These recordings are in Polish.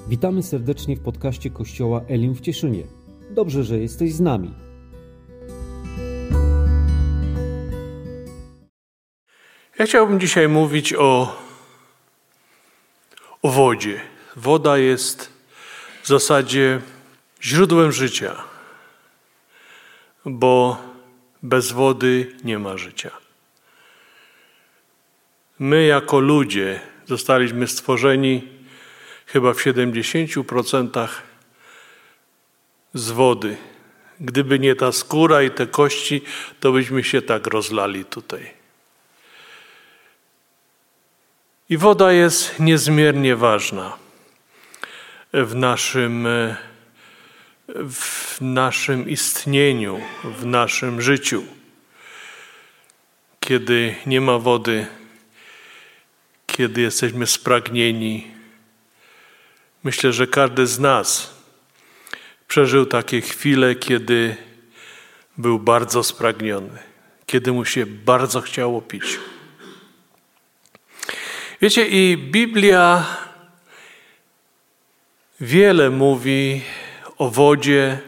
Witamy serdecznie w podcaście Kościoła Elim w Cieszynie. Dobrze, że jesteś z nami. Ja chciałbym dzisiaj mówić o wodzie. Woda jest w zasadzie źródłem życia, bo bez wody nie ma życia. My jako ludzie zostaliśmy stworzeni chyba w 70% z wody. Gdyby nie ta skóra i te kości, to byśmy się tak rozlali tutaj. I woda jest niezmiernie ważna w naszym istnieniu, w naszym życiu. Kiedy nie ma wody, kiedy jesteśmy spragnieni, myślę, że każdy z nas przeżył takie chwile, kiedy był bardzo spragniony, kiedy mu się bardzo chciało pić. Wiecie, i Biblia wiele mówi o wodzie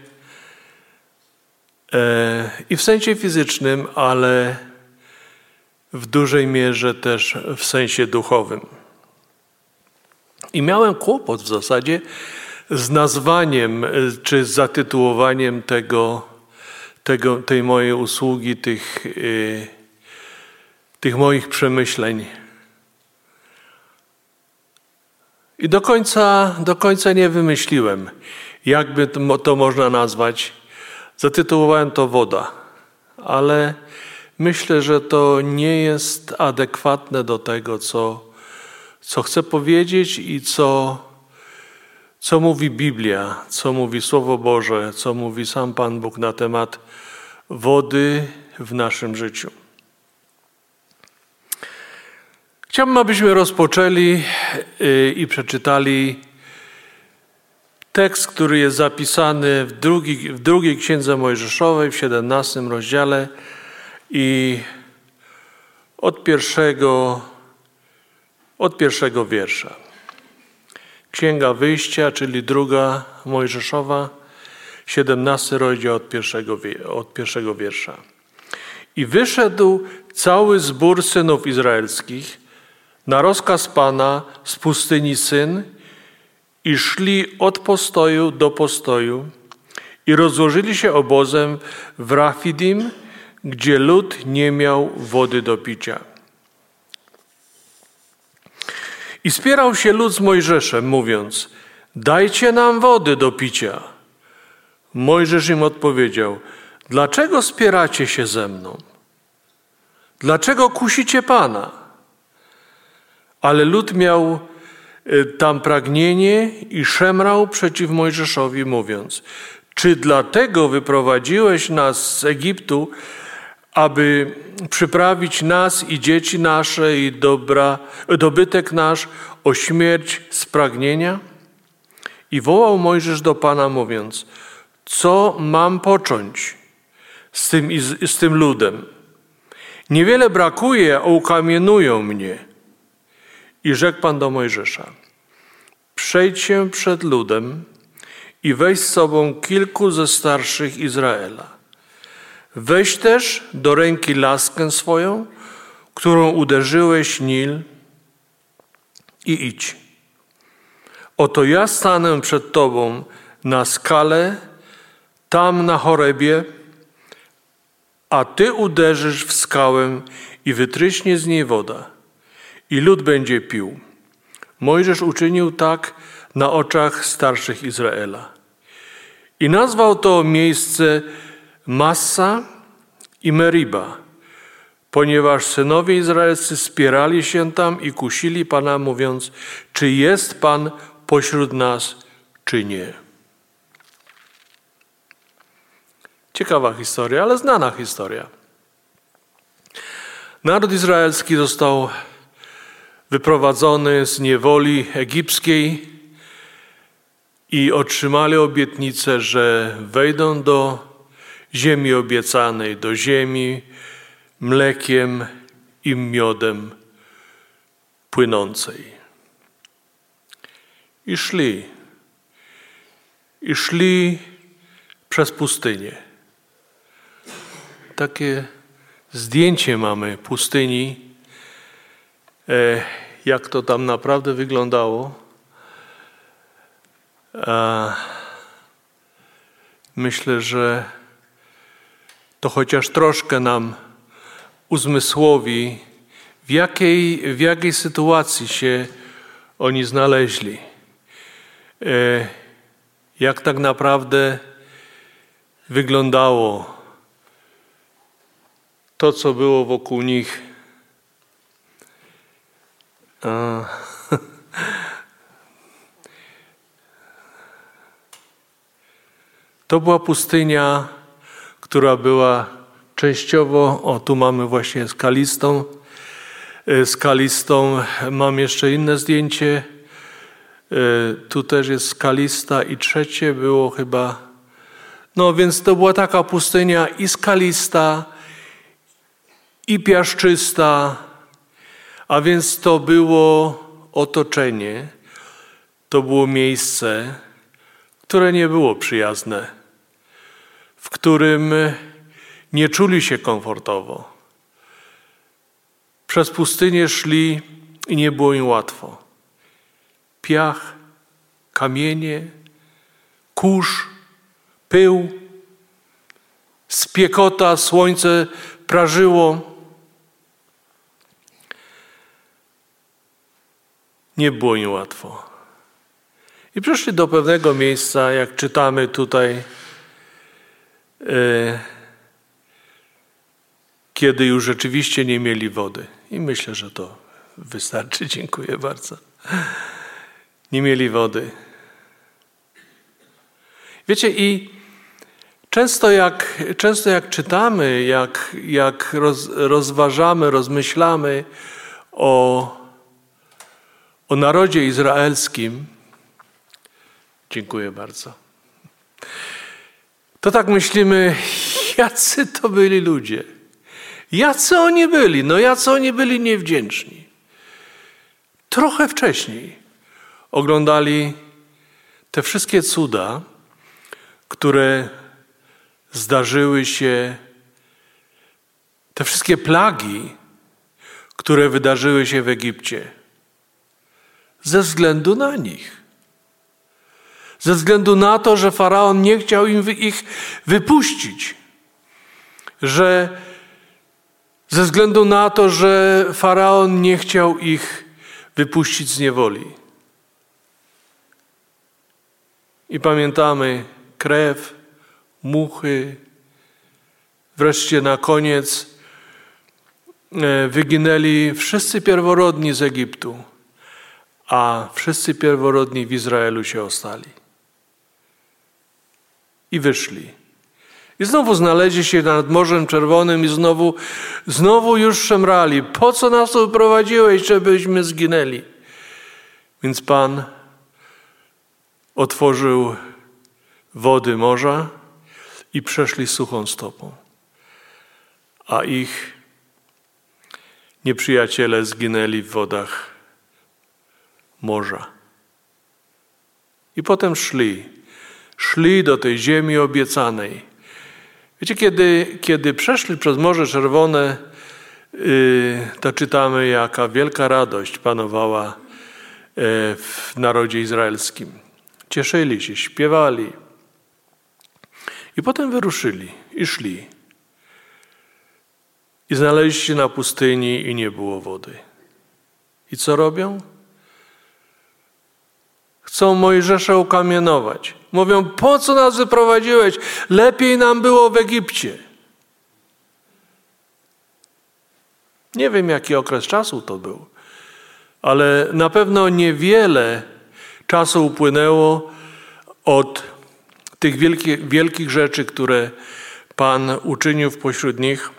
i w sensie fizycznym, ale w dużej mierze też w sensie duchowym. I miałem kłopot w zasadzie z nazwaniem czy z zatytułowaniem tej mojej usługi, tych moich przemyśleń. I do końca nie wymyśliłem, jakby to można nazwać. Zatytułowałem to woda, ale myślę, że to nie jest adekwatne do tego, co chcę powiedzieć i co mówi Biblia, co mówi Słowo Boże, co mówi sam Pan Bóg na temat wody w naszym życiu. Chciałbym, abyśmy rozpoczęli i przeczytali tekst, który jest zapisany w drugiej Księdze Mojżeszowej, w 17 rozdziale i od pierwszego wiersza. Księga Wyjścia, czyli druga Mojżeszowa, 17 rozdział od pierwszego wiersza. I wyszedł cały zbór synów izraelskich na rozkaz Pana z pustyni Syn i szli od postoju do postoju i rozłożyli się obozem w Rafidim, gdzie lud nie miał wody do picia. I spierał się lud z Mojżeszem, mówiąc: dajcie nam wody do picia. Mojżesz im odpowiedział: dlaczego spieracie się ze mną? Dlaczego kusicie Pana? Ale lud miał tam pragnienie i szemrał przeciw Mojżeszowi, mówiąc: czy dlatego wyprowadziłeś nas z Egiptu, aby przyprawić nas i dzieci nasze i dobytek nasz o śmierć z pragnienia? I wołał Mojżesz do Pana, mówiąc: co mam począć z tym ludem? Niewiele brakuje, a ukamiennują mnie. I rzekł Pan do Mojżesza: przejdź się przed ludem i weź z sobą kilku ze starszych Izraela. Weź też do ręki laskę swoją, którą uderzyłeś Nil, i idź. Oto ja stanę przed Tobą na skale, tam na Chorebie, a Ty uderzysz w skałę i wytryśnie z niej woda, i lud będzie pił. Mojżesz uczynił tak na oczach starszych Izraela. I nazwał to miejsce Massa i Meriba, ponieważ synowie izraelscy spierali się tam i kusili Pana, mówiąc: czy jest Pan pośród nas, czy nie. Ciekawa historia, ale znana historia. Naród izraelski został wyprowadzony z niewoli egipskiej i otrzymali obietnicę, że wejdą do ziemi obiecanej, do ziemi mlekiem i miodem płynącej. I szli i szli przez pustynię. Takie zdjęcie mamy pustyni, jak to tam naprawdę wyglądało. Myślę, że to chociaż troszkę nam uzmysłowi, w jakiej sytuacji się oni znaleźli. Jak tak naprawdę wyglądało to, co było wokół nich. To była pustynia, która była częściowo, tu mamy właśnie skalistą. Mam jeszcze inne zdjęcie. Tu też jest skalista i trzecie było chyba. No więc to była taka pustynia i skalista, i piaszczysta, a więc to było otoczenie, to było miejsce, które nie było przyjazne, w którym nie czuli się komfortowo. Przez pustynię szli i nie było im łatwo. Piach, kamienie, kurz, pył, spiekota, słońce prażyło. Nie było im łatwo. I przyszli do pewnego miejsca, jak czytamy tutaj, kiedy już rzeczywiście nie mieli wody. I myślę, że to wystarczy. Dziękuję bardzo. Nie mieli wody. Wiecie, i często jak czytamy, jak rozważamy, rozmyślamy o narodzie izraelskim, dziękuję bardzo, to tak myślimy, jacy to byli ludzie. Jacy oni byli? No jacy oni byli niewdzięczni. Trochę wcześniej oglądali te wszystkie cuda, które zdarzyły się, te wszystkie plagi, które wydarzyły się w Egipcie. Ze względu na nich. Ze względu na to, że Faraon nie chciał ich wypuścić. Ze względu na to, że Faraon nie chciał ich wypuścić z niewoli. I pamiętamy krew, muchy. Wreszcie na koniec wyginęli wszyscy pierworodni z Egiptu, a wszyscy pierworodni w Izraelu się ostali. I wyszli. I znowu znaleźli się nad Morzem Czerwonym i znowu już szemrali. Po co nas tu wyprowadziłeś, żebyśmy zginęli? Więc Pan otworzył wody morza i przeszli suchą stopą. A ich nieprzyjaciele zginęli w wodach morza. I potem szli do tej ziemi obiecanej. Wiecie, kiedy przeszli przez Morze Czerwone, to czytamy, jaka wielka radość panowała w narodzie izraelskim. Cieszyli się, śpiewali. I potem wyruszyli i szli. I znaleźli się na pustyni i nie było wody. I co robią? Chcą Mojżesza ukamienować. Mówią, po co nas wyprowadziłeś? Lepiej nam było w Egipcie. Nie wiem, jaki okres czasu to był, ale na pewno niewiele czasu upłynęło od tych wielkich rzeczy, które Pan uczynił pośród nich.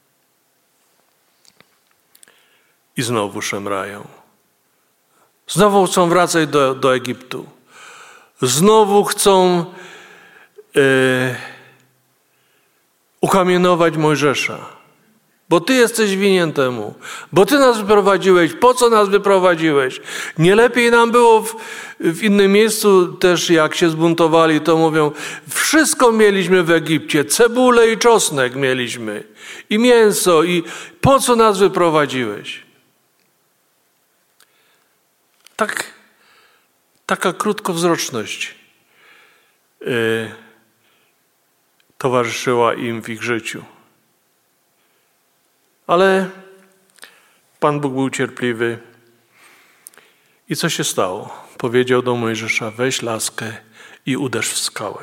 I znowu szemrają. Znowu chcą wracać do Egiptu. Znowu chcą ukamienować Mojżesza. bo Ty jesteś winien temu, bo Ty nas wyprowadziłeś, po co nas wyprowadziłeś? Nie lepiej nam było w innym miejscu też, jak się zbuntowali, to mówią, wszystko mieliśmy w Egipcie, cebulę i czosnek mieliśmy, i mięso, i po co nas wyprowadziłeś? Taka krótkowzroczność towarzyszyła im w ich życiu. Ale Pan Bóg był cierpliwy. I co się stało? Powiedział do Mojżesza, weź laskę i uderz w skałę.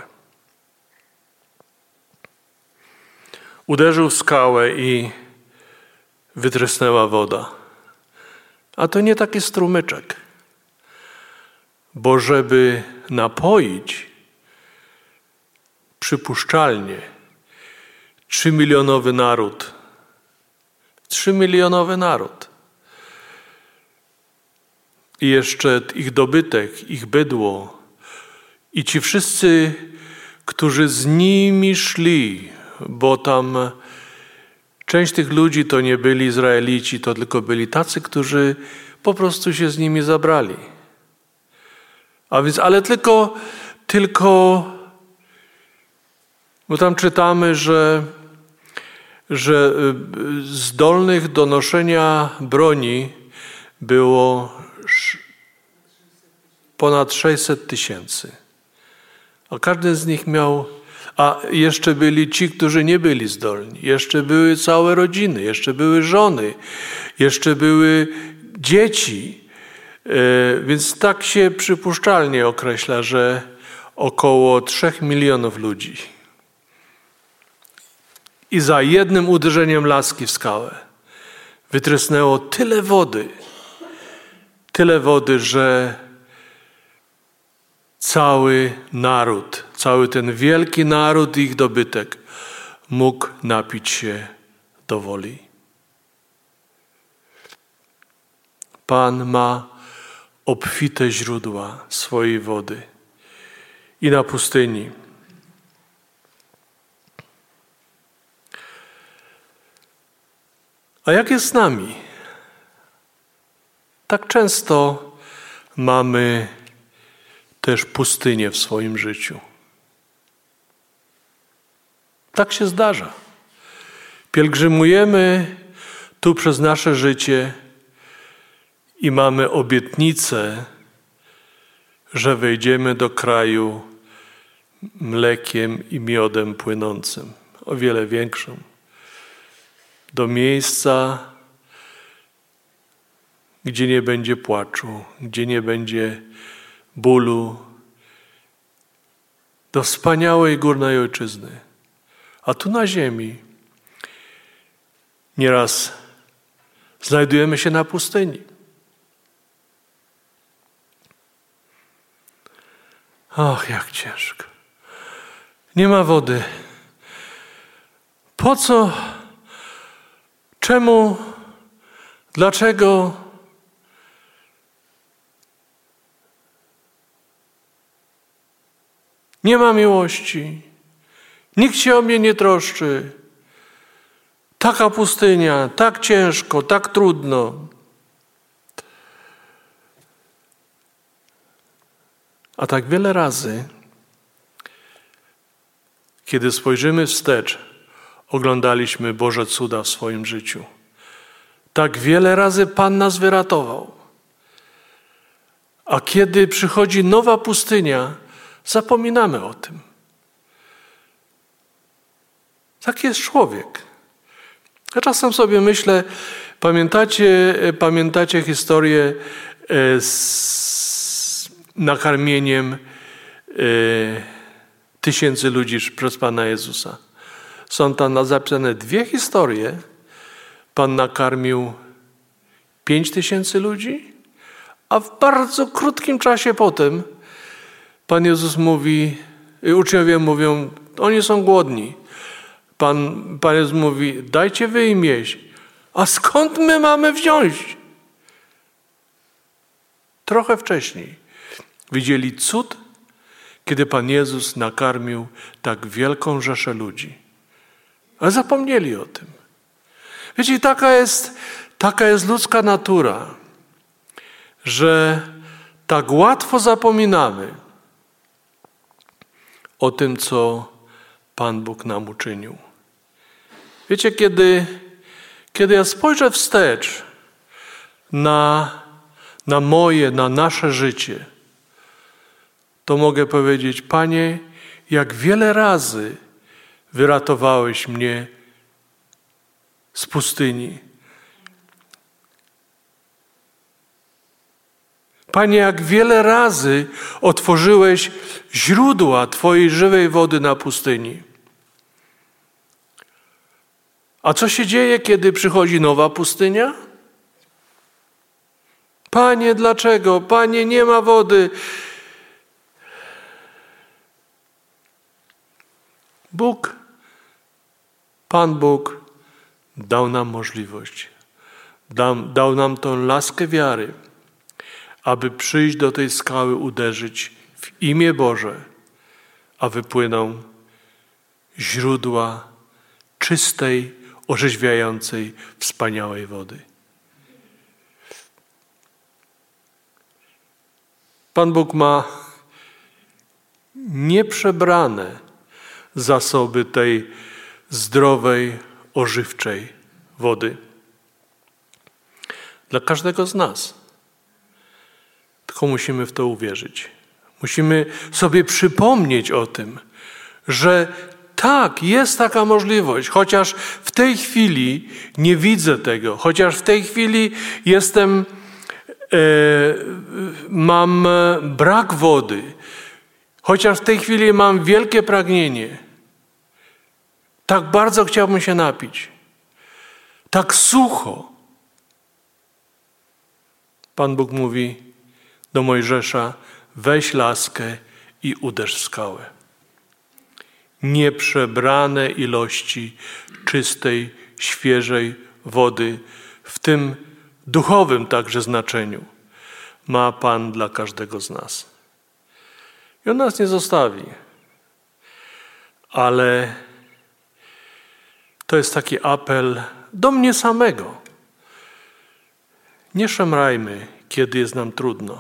Uderzył w skałę i wytrysnęła woda. A to nie taki strumyczek. Bo żeby napoić przypuszczalnie 3-milionowy naród, 3-milionowy naród i jeszcze ich dobytek, ich bydło i ci wszyscy, którzy z nimi szli, bo tam część tych ludzi to nie byli Izraelici, to tylko byli tacy, którzy po prostu się z nimi zabrali. A więc, ale tylko, bo tam czytamy, że zdolnych do noszenia broni było ponad 600 000. A każdy z nich miał, a jeszcze byli ci, którzy nie byli zdolni. Jeszcze były całe rodziny, jeszcze były żony, jeszcze były dzieci. Więc tak się przypuszczalnie określa, że około 3 milionów ludzi. I za jednym uderzeniem laski w skałę wytrysnęło tyle wody, że cały naród, cały ten wielki naród i ich dobytek mógł napić się do woli. Pan ma obfite źródła swojej wody i na pustyni. A jak jest z nami? Tak często mamy też pustynię w swoim życiu. Tak się zdarza. Pielgrzymujemy tu przez nasze życie i mamy obietnicę, że wejdziemy do kraju mlekiem i miodem płynącym, o wiele większą. Do miejsca, gdzie nie będzie płaczu, gdzie nie będzie bólu, do wspaniałej górnej ojczyzny. A tu na ziemi nieraz znajdujemy się na pustyni. Ach, jak ciężko. Nie ma wody. Po co? Czemu? Dlaczego? Nie ma miłości. Nikt się o mnie nie troszczy. Taka pustynia, tak ciężko, tak trudno. A tak wiele razy, kiedy spojrzymy wstecz, oglądaliśmy Boże cuda w swoim życiu. Tak wiele razy Pan nas wyratował. A kiedy przychodzi nowa pustynia, zapominamy o tym. Tak jest człowiek. Ja czasem sobie myślę, pamiętacie historię z nakarmieniem 1000 ludzi przez Pana Jezusa. Są tam zapisane 2 historie. Pan nakarmił 5000 ludzi, a w bardzo krótkim czasie potem Pan Jezus mówi, uczniowie mówią, oni są głodni. Pan Jezus mówi, dajcie wy im jeść. A skąd my mamy wziąć? Trochę wcześniej widzieli cud, kiedy Pan Jezus nakarmił tak wielką rzeszę ludzi. Ale zapomnieli o tym. Wiecie, taka jest ludzka natura, że tak łatwo zapominamy o tym, co Pan Bóg nam uczynił. Wiecie, kiedy ja spojrzę wstecz na nasze życie, to mogę powiedzieć: Panie, jak wiele razy wyratowałeś mnie z pustyni. Panie, jak wiele razy otworzyłeś źródła Twojej żywej wody na pustyni. A co się dzieje, kiedy przychodzi nowa pustynia? Panie, dlaczego? Panie, nie ma wody. Pan Bóg dał nam możliwość, dał nam tą laskę wiary, aby przyjść do tej skały, uderzyć w imię Boże, a wypłyną źródła czystej, orzeźwiającej, wspaniałej wody. Pan Bóg ma nieprzebrane zasoby tej zdrowej, ożywczej wody. Dla każdego z nas. Tylko musimy w to uwierzyć. Musimy sobie przypomnieć o tym, że tak, jest taka możliwość, chociaż w tej chwili nie widzę tego, chociaż w tej chwili mam brak wody, chociaż w tej chwili mam wielkie pragnienie. Tak bardzo chciałbym się napić. Tak sucho. Pan Bóg mówi do Mojżesza: weź laskę i uderz w skałę. Nieprzebrane ilości czystej, świeżej wody, w tym duchowym także znaczeniu, ma Pan dla każdego z nas. I On nas nie zostawi. Ale to jest taki apel do mnie samego. Nie szemrajmy, kiedy jest nam trudno.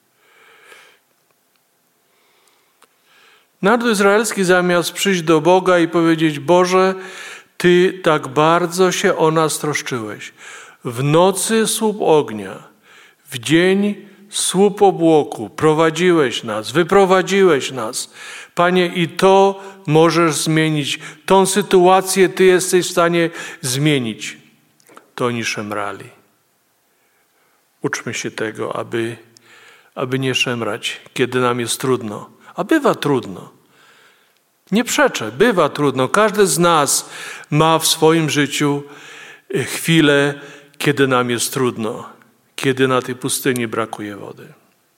Naród izraelski zamiast przyjść do Boga i powiedzieć: Boże, Ty tak bardzo się o nas troszczyłeś. W nocy słup ognia, w dzień słup obłoku, prowadziłeś nas, wyprowadziłeś nas. Panie, i to możesz zmienić. Tą sytuację Ty jesteś w stanie zmienić. To oni szemrali. Uczmy się tego, aby nie szemrać, kiedy nam jest trudno. A bywa trudno. Nie przeczę, bywa trudno. Każdy z nas ma w swoim życiu chwilę, kiedy nam jest trudno, kiedy na tej pustyni brakuje wody.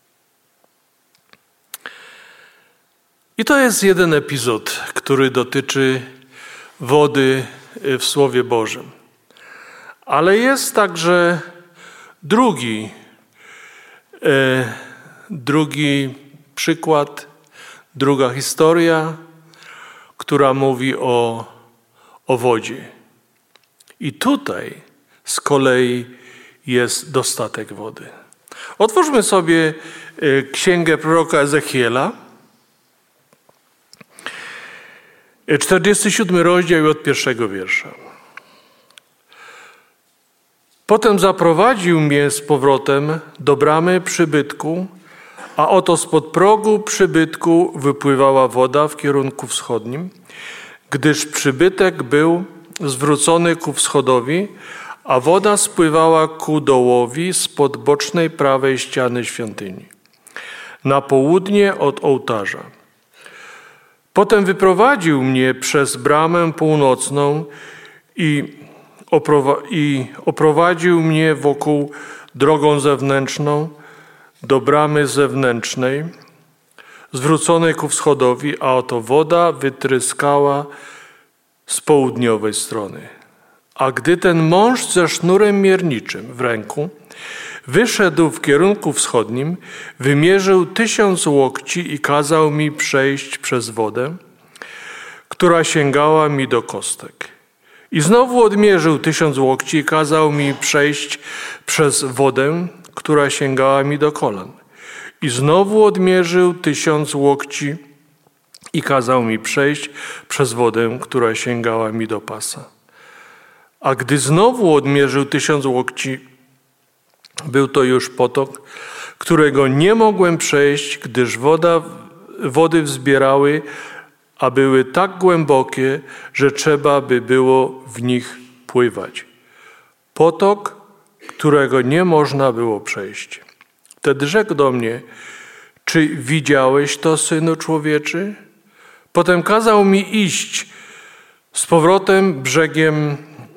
I to jest jeden epizod, który dotyczy wody w Słowie Bożym. Ale jest także drugi przykład, druga historia, która mówi o wodzie. I tutaj z kolei jest dostatek wody. Otwórzmy sobie księgę proroka Ezechiela, 47 rozdział od 1 wiersza. Potem zaprowadził mnie z powrotem do bramy przybytku, a oto spod progu przybytku wypływała woda w kierunku wschodnim, gdyż przybytek był zwrócony ku wschodowi, a woda spływała ku dołowi spod bocznej prawej ściany świątyni, na południe od ołtarza. Potem wyprowadził mnie przez bramę północną i oprowadził mnie wokół drogą zewnętrzną do bramy zewnętrznej, zwróconej ku wschodowi, a oto woda wytryskała z południowej strony. A gdy ten mąż ze sznurem mierniczym w ręku wyszedł w kierunku wschodnim, wymierzył 1000 łokci i kazał mi przejść przez wodę, która sięgała mi do kostek. I znowu odmierzył 1000 łokci i kazał mi przejść przez wodę, która sięgała mi do kolan. I znowu odmierzył 1000 łokci i kazał mi przejść przez wodę, która sięgała mi do pasa. A gdy znowu odmierzył 1000 łokci, był to już potok, którego nie mogłem przejść, gdyż wody wzbierały, a były tak głębokie, że trzeba by było w nich pływać. Potok, którego nie można było przejść. Wtedy rzekł do mnie: czy widziałeś to, Synu Człowieczy? Potem kazał mi iść z powrotem brzegiem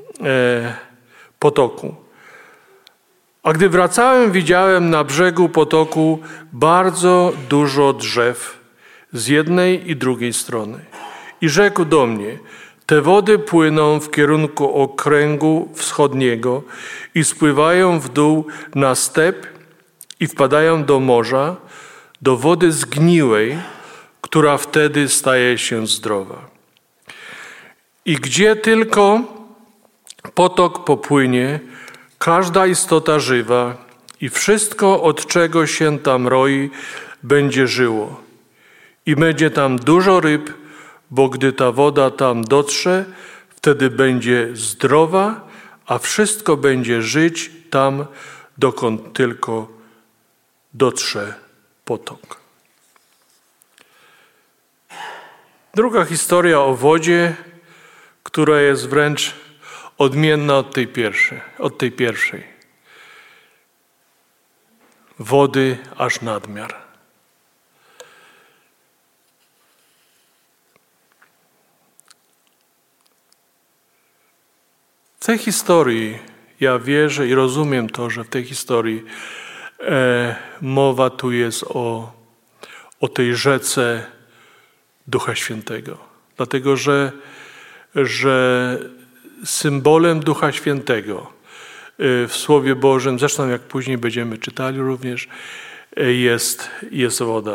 potoku. A gdy wracałem, widziałem na brzegu potoku bardzo dużo drzew z jednej i drugiej strony. I rzekł do mnie: te wody płyną w kierunku okręgu wschodniego i spływają w dół na step i wpadają do morza, do wody zgniłej, która wtedy staje się zdrowa. I gdzie tylko potok popłynie, każda istota żywa i wszystko, od czego się tam roi, będzie żyło. I będzie tam dużo ryb, bo gdy ta woda tam dotrze, wtedy będzie zdrowa, a wszystko będzie żyć tam, dokąd tylko dotrze potok. Druga historia o wodzie, która jest wręcz odmienna od tej pierwszej. Wody aż nadmiar. W tej historii ja wierzę i rozumiem to, że w tej historii mowa tu jest o tej rzece Ducha Świętego. Dlatego, że symbolem Ducha Świętego w Słowie Bożym, zresztą jak później będziemy czytali również, jest woda.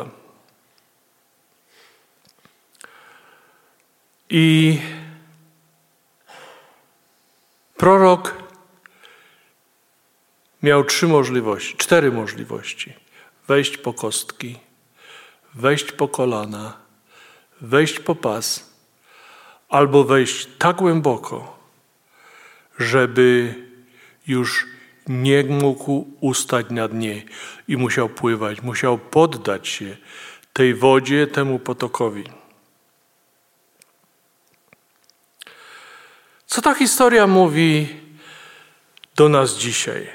I prorok miał 4 możliwości. Wejść po kostki, wejść po kolana, wejść po pas, albo wejść tak głęboko, żeby już nie mógł ustać na dnie i musiał pływać, musiał poddać się tej wodzie, temu potokowi. Co ta historia mówi do nas dzisiaj?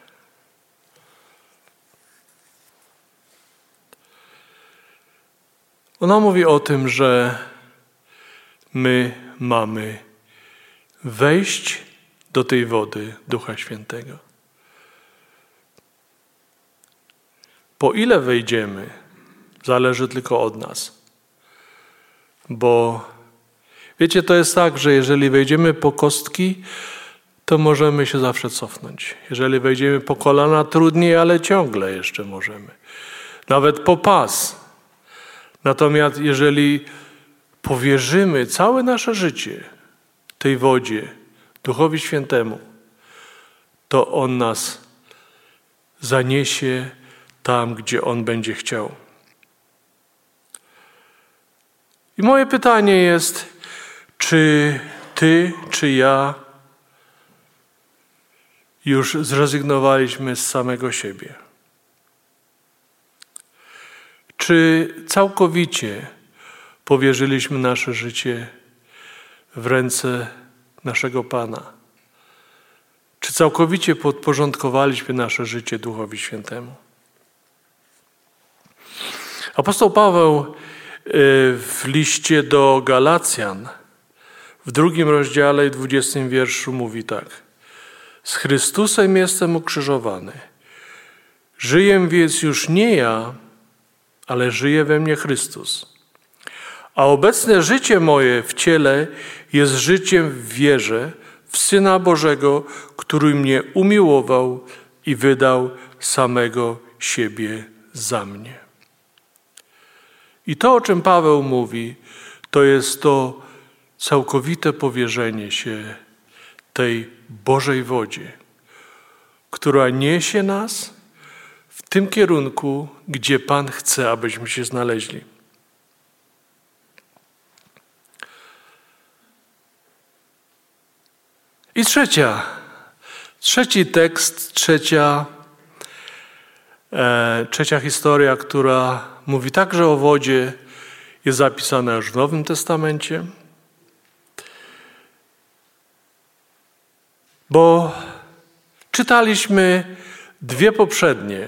Ona mówi o tym, że my mamy wejść do tej wody Ducha Świętego. Po ile wejdziemy, zależy tylko od nas. Bo wiecie, to jest tak, że jeżeli wejdziemy po kostki, to możemy się zawsze cofnąć. Jeżeli wejdziemy po kolana, trudniej, ale ciągle jeszcze możemy. Nawet po pas. Natomiast jeżeli powierzymy całe nasze życie tej wodzie, Duchowi Świętemu, to On nas zaniesie tam, gdzie On będzie chciał. I moje pytanie jest, czy ty, czy ja już zrezygnowaliśmy z samego siebie? Czy całkowicie powierzyliśmy nasze życie w ręce naszego Pana? Czy całkowicie podporządkowaliśmy nasze życie Duchowi Świętemu? Apostoł Paweł w liście do Galacjan w 2 rozdziale i 20 wierszu mówi tak: z Chrystusem jestem ukrzyżowany. Żyję więc już nie ja, ale żyje we mnie Chrystus. A obecne życie moje w ciele jest życiem w wierze w Syna Bożego, który mnie umiłował i wydał samego siebie za mnie. I to, o czym Paweł mówi, to jest to całkowite powierzenie się tej Bożej wodzie, która niesie nas w tym kierunku, gdzie Pan chce, abyśmy się znaleźli. I trzeci tekst, trzecia historia, która mówi także o wodzie, jest zapisana już w Nowym Testamencie. Bo czytaliśmy dwie poprzednie.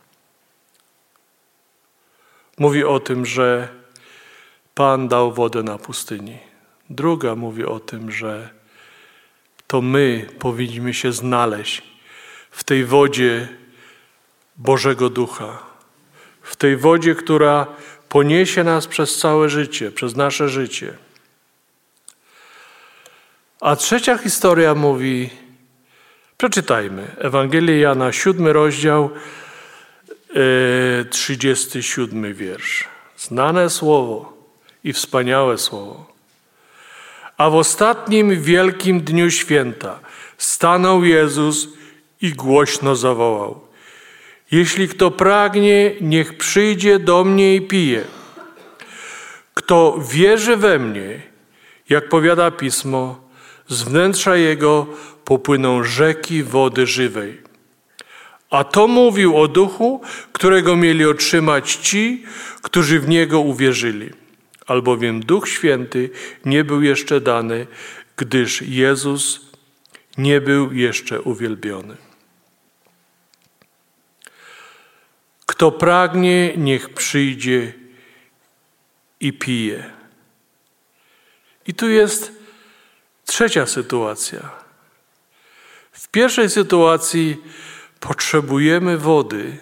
Mówi o tym, że Pan dał wodę na pustyni. Druga mówi o tym, że to my powinniśmy się znaleźć w tej wodzie Bożego Ducha. W tej wodzie, która poniesie nas przez całe życie, przez nasze życie. A trzecia historia mówi, przeczytajmy, Ewangelię Jana, 7 rozdział, 37 wiersz. Znane słowo i wspaniałe słowo. A w ostatnim wielkim dniu święta stanął Jezus i głośno zawołał: jeśli kto pragnie, niech przyjdzie do mnie i pije. Kto wierzy we mnie, jak powiada Pismo, z wnętrza jego popłyną rzeki wody żywej. A to mówił o Duchu, którego mieli otrzymać ci, którzy w Niego uwierzyli. Albowiem Duch Święty nie był jeszcze dany, gdyż Jezus nie był jeszcze uwielbiony. Kto pragnie, niech przyjdzie i pije. I tu jest trzecia sytuacja. W pierwszej sytuacji potrzebujemy wody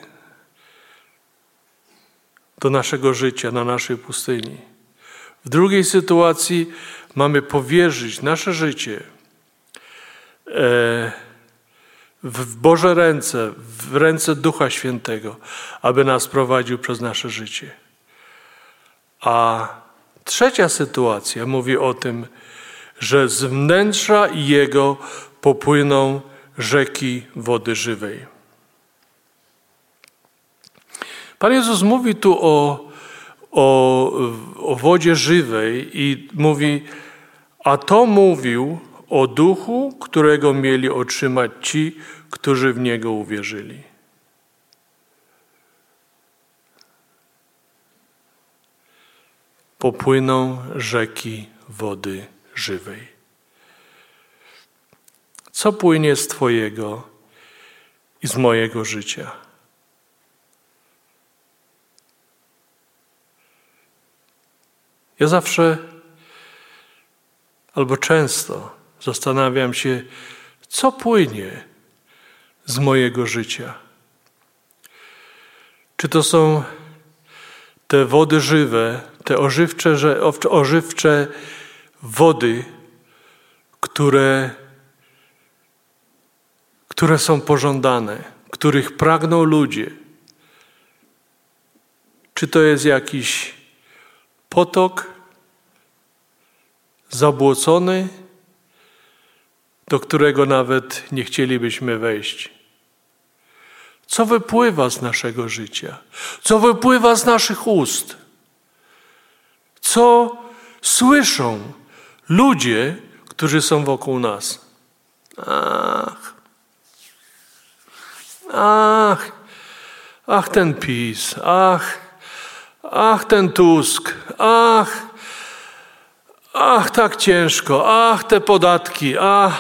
do naszego życia na naszej pustyni. W drugiej sytuacji mamy powierzyć nasze życie w Boże ręce, w ręce Ducha Świętego, aby nas prowadził przez nasze życie. A trzecia sytuacja mówi o tym, że z wnętrza Jego popłyną rzeki wody żywej. Pan Jezus mówi tu o wodzie żywej i mówi, a to mówił o Duchu, którego mieli otrzymać ci, którzy w Niego uwierzyli. Popłyną rzeki wody żywej. Co płynie z Twojego i z mojego życia? Ja zawsze albo często zastanawiam się, co płynie z mojego życia. Czy to są te wody żywe, te ożywcze wody, które są pożądane, których pragną ludzie. Czy to jest jakiś potok zabłocony, do którego nawet nie chcielibyśmy wejść? Co wypływa z naszego życia? Co wypływa z naszych ust? Co słyszą ludzie, którzy są wokół nas? Ach, ten PiS, ach, ten Tusk, ach, tak ciężko, ach, te podatki,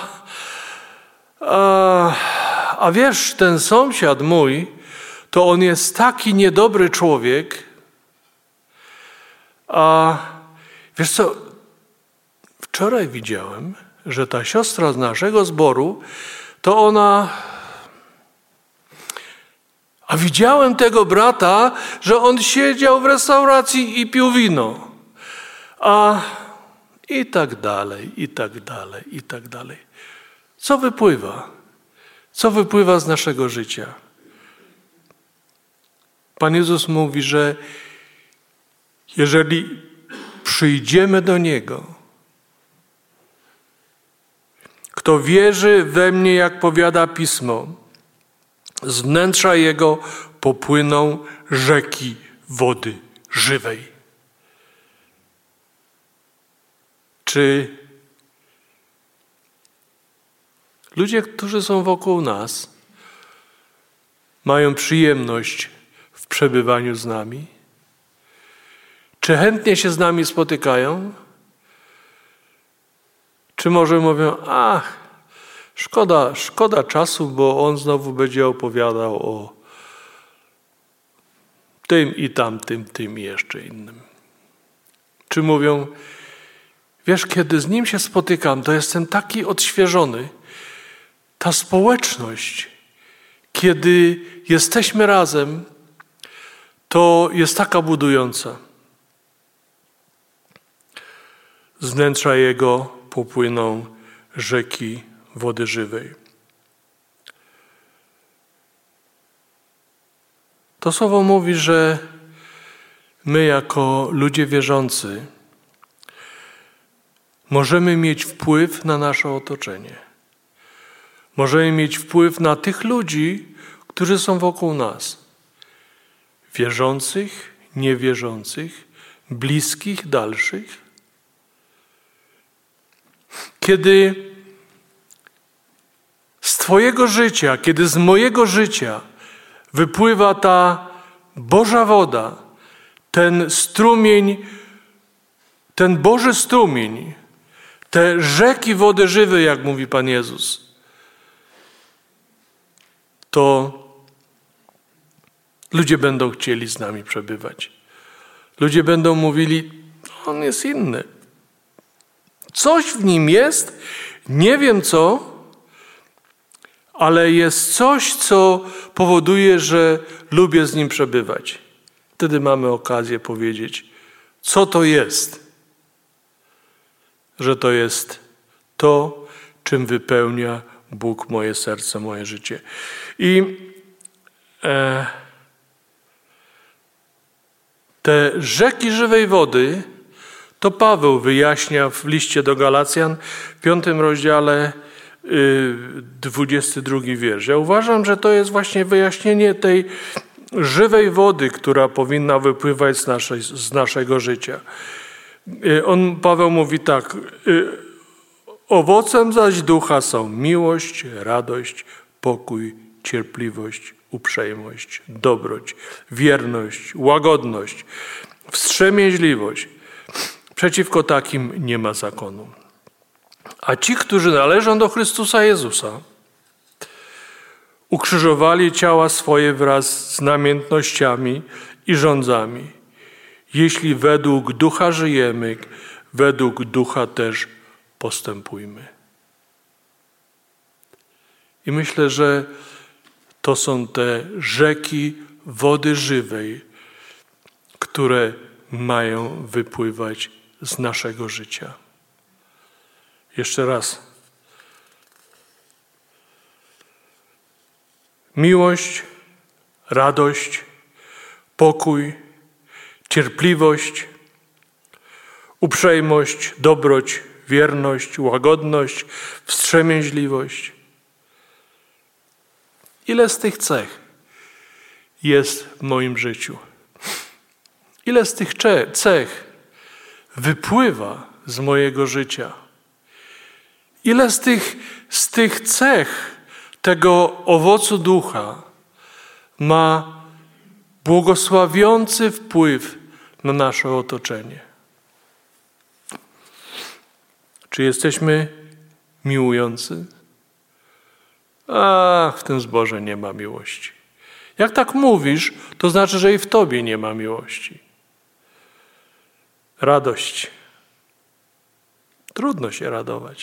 a wiesz, ten sąsiad mój, to on jest taki niedobry człowiek, a wiesz co, wczoraj widziałem, że ta siostra z naszego zboru, to ona... A widziałem tego brata, że on siedział w restauracji i pił wino. I tak dalej, i tak dalej, i tak dalej. Co wypływa? Co wypływa z naszego życia? Pan Jezus mówi, że jeżeli przyjdziemy do Niego, Kto wierzy we mnie, jak powiada Pismo, z wnętrza jego popłyną rzeki wody żywej. Czy ludzie, którzy są wokół nas, mają przyjemność w przebywaniu z nami? Czy chętnie się z nami spotykają? Czy może mówią, szkoda czasu, bo on znowu będzie opowiadał o tym i tamtym, tym i jeszcze innym. Czy mówią, wiesz, kiedy z nim się spotykam, to jestem taki odświeżony. Ta społeczność, kiedy jesteśmy razem, to jest taka budująca. Z wnętrza jego popłyną rzeki wody żywej. To słowo mówi, że my jako ludzie wierzący możemy mieć wpływ na nasze otoczenie. Możemy mieć wpływ na tych ludzi, którzy są wokół nas. Wierzących, niewierzących, bliskich, dalszych. Kiedy z Twojego życia, kiedy z mojego życia wypływa ta Boża woda, ten strumień, ten Boży strumień, te rzeki wody żywej, jak mówi Pan Jezus, to ludzie będą chcieli z nami przebywać. Ludzie będą mówili, on jest inny. Coś w nim jest, nie wiem co, ale jest coś, co powoduje, że lubię z nim przebywać. Wtedy mamy okazję powiedzieć, co to jest. Że to jest to, czym wypełnia Bóg moje serce, moje życie. I te rzeki żywej wody to Paweł wyjaśnia w liście do Galacjan, w 5 rozdziale, 22 wiersz. Ja uważam, że to jest właśnie wyjaśnienie tej żywej wody, która powinna wypływać z naszego życia. Paweł mówi tak, owocem zaś ducha są miłość, radość, pokój, cierpliwość, uprzejmość, dobroć, wierność, łagodność, wstrzemięźliwość. Przeciwko takim nie ma zakonu. A ci, którzy należą do Chrystusa Jezusa, ukrzyżowali ciała swoje wraz z namiętnościami i rządzami. Jeśli według ducha żyjemy, według ducha też postępujmy. I myślę, że to są te rzeki wody żywej, które mają wypływać z naszego życia. Jeszcze raz. Miłość, radość, pokój, cierpliwość, uprzejmość, dobroć, wierność, łagodność, wstrzemięźliwość. Ile z tych cech jest w moim życiu? Ile z tych cech wypływa z mojego życia? Ile z tych cech tego owocu ducha ma błogosławiący wpływ na nasze otoczenie? Czy jesteśmy miłujący? W tym zborze nie ma miłości. Jak tak mówisz, to znaczy, że i w tobie nie ma miłości. Radość. Trudno się radować.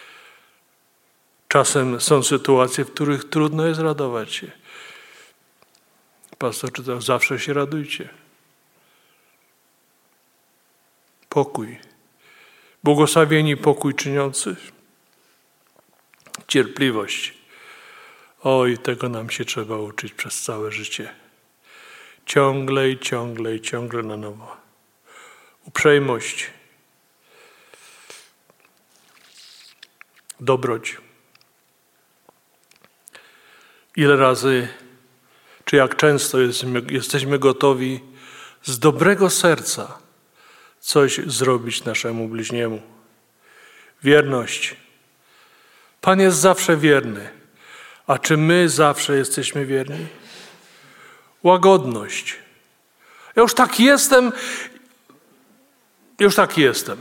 Czasem są sytuacje, w których trudno jest radować się. Pastor czytał, zawsze się radujcie. Pokój. Błogosławieni pokój czyniący. Cierpliwość. Oj, tego nam się trzeba uczyć przez całe życie. Ciągle i ciągle i ciągle na nowo. Uprzejmość. Dobroć. Ile razy, czy jak często jesteśmy gotowi z dobrego serca coś zrobić naszemu bliźniemu. Wierność. Pan jest zawsze wierny. A czy my zawsze jesteśmy wierni? Łagodność. Ja już tak jestem.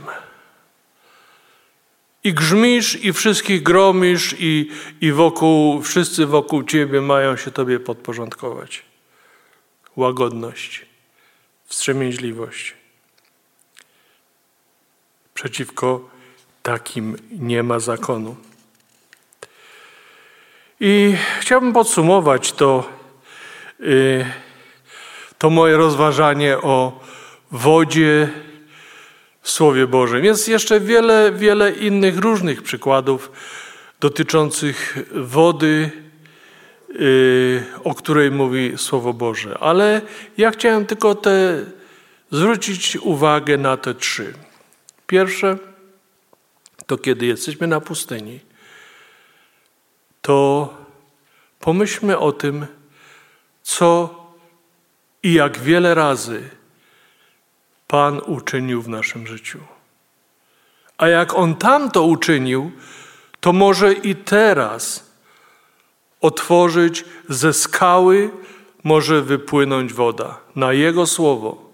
I grzmisz, i wszystkich gromisz, i wszyscy wokół ciebie mają się tobie podporządkować. Łagodność, wstrzemięźliwość. Przeciwko takim nie ma zakonu. I chciałbym podsumować to moje rozważanie o wodzie w Słowie Bożym. Jest jeszcze wiele innych różnych przykładów dotyczących wody, o której mówi Słowo Boże. Ale ja chciałem tylko zwrócić uwagę na te 3. Pierwsze, to kiedy jesteśmy na pustyni, to pomyślmy o tym, co i jak wiele razy Pan uczynił w naszym życiu. A jak On tam to uczynił, to może i teraz otworzyć ze skały, może wypłynąć woda. Na Jego słowo.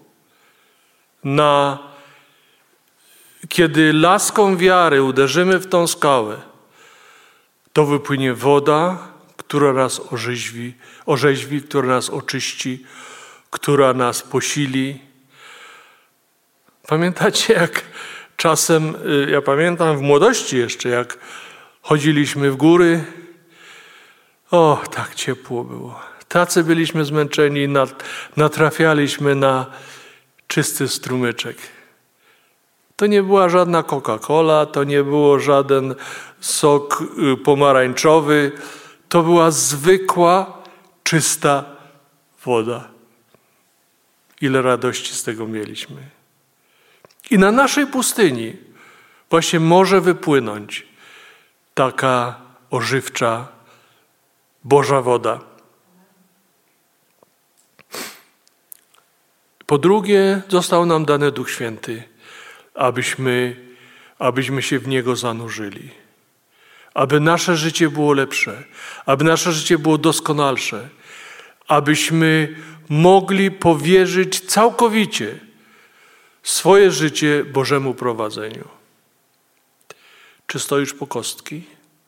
Kiedy laską wiary uderzymy w tą skałę, to wypłynie woda, która nas orzeźwi, która nas oczyści, która nas posili. Pamiętacie, jak czasem, ja pamiętam w młodości jeszcze, jak chodziliśmy w góry, tak ciepło było. Tacy byliśmy zmęczeni, natrafialiśmy na czysty strumyczek. To nie była żadna Coca-Cola, to nie było żaden sok pomarańczowy, to była zwykła, czysta woda. Ile radości z tego mieliśmy. I na naszej pustyni właśnie może wypłynąć taka ożywcza, Boża woda. Po drugie, został nam dany Duch Święty, abyśmy się w Niego zanurzyli. Aby nasze życie było lepsze, aby nasze życie było doskonalsze, abyśmy mogli powierzyć całkowicie swoje życie Bożemu prowadzeniu. Czy stoisz po kostki?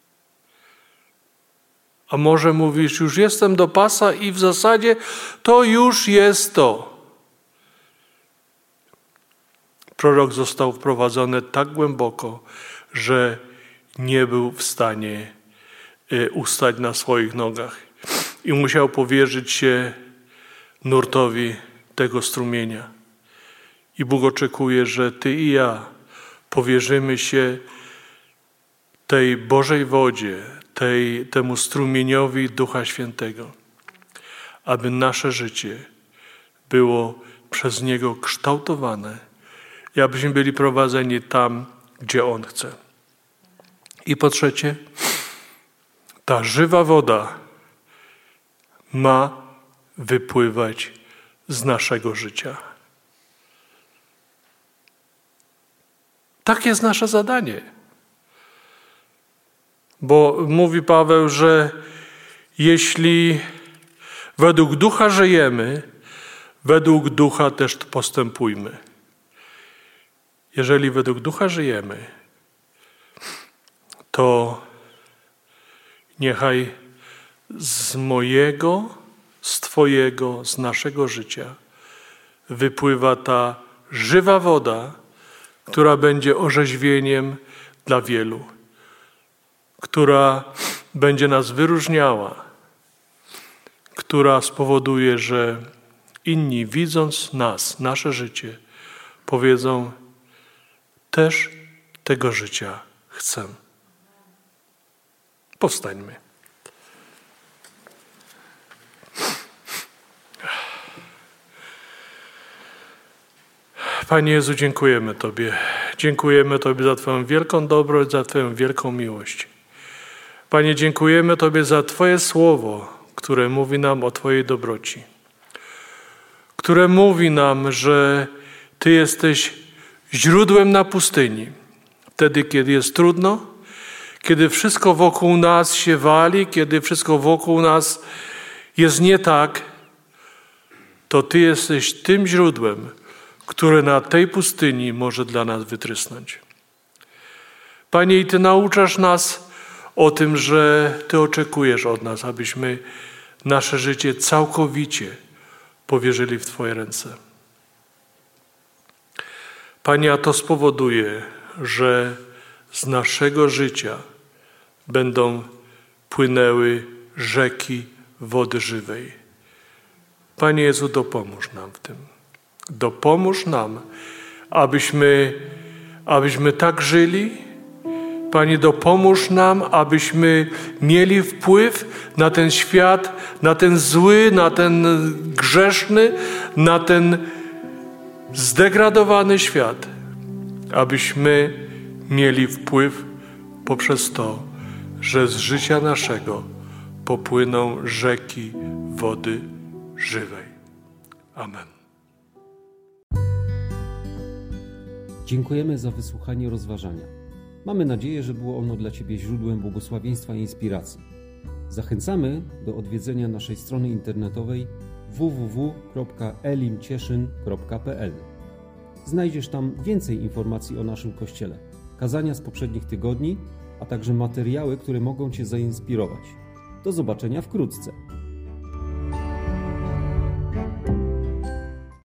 A może mówisz, już jestem do pasa i w zasadzie to już jest to. Prorok został wprowadzony tak głęboko, że nie był w stanie ustać na swoich nogach i musiał powierzyć się nurtowi tego strumienia. I Bóg oczekuje, że ty i ja powierzymy się tej Bożej wodzie, temu strumieniowi Ducha Świętego, aby nasze życie było przez Niego kształtowane i abyśmy byli prowadzeni tam, gdzie On chce. I po trzecie, ta żywa woda ma wypływać z naszego życia. Tak jest nasze zadanie. Bo mówi Paweł, że jeśli według Ducha żyjemy, według Ducha też postępujmy. Jeżeli według Ducha żyjemy, to niechaj z mojego, z Twojego, z naszego życia wypływa ta żywa woda, która będzie orzeźwieniem dla wielu, która będzie nas wyróżniała, która spowoduje, że inni, widząc nas, nasze życie, powiedzą: też tego życia chcę. Powstańmy. Panie Jezu, dziękujemy Tobie. Dziękujemy Tobie za Twoją wielką dobroć, za Twoją wielką miłość. Panie, dziękujemy Tobie za Twoje słowo, które mówi nam o Twojej dobroci, które mówi nam, że Ty jesteś źródłem na pustyni. Wtedy, kiedy jest trudno, kiedy wszystko wokół nas się wali, kiedy wszystko wokół nas jest nie tak, to Ty jesteś tym źródłem, które na tej pustyni może dla nas wytrysnąć. Panie, i Ty nauczasz nas o tym, że Ty oczekujesz od nas, abyśmy nasze życie całkowicie powierzyli w Twoje ręce. Panie, a to spowoduje, że z naszego życia będą płynęły rzeki wody żywej. Panie Jezu, dopomóż nam w tym. Dopomóż nam, abyśmy tak żyli. Panie, dopomóż nam, abyśmy mieli wpływ na ten świat, na ten zły, na ten grzeszny, na ten zdegradowany świat. Abyśmy mieli wpływ poprzez to, że z życia naszego popłyną rzeki wody żywej. Amen. Dziękujemy za wysłuchanie rozważania. Mamy nadzieję, że było ono dla Ciebie źródłem błogosławieństwa i inspiracji. Zachęcamy do odwiedzenia naszej strony internetowej www.elimcieszyn.pl. Znajdziesz tam więcej informacji o naszym Kościele, kazania z poprzednich tygodni, a także materiały, które mogą Cię zainspirować. Do zobaczenia wkrótce.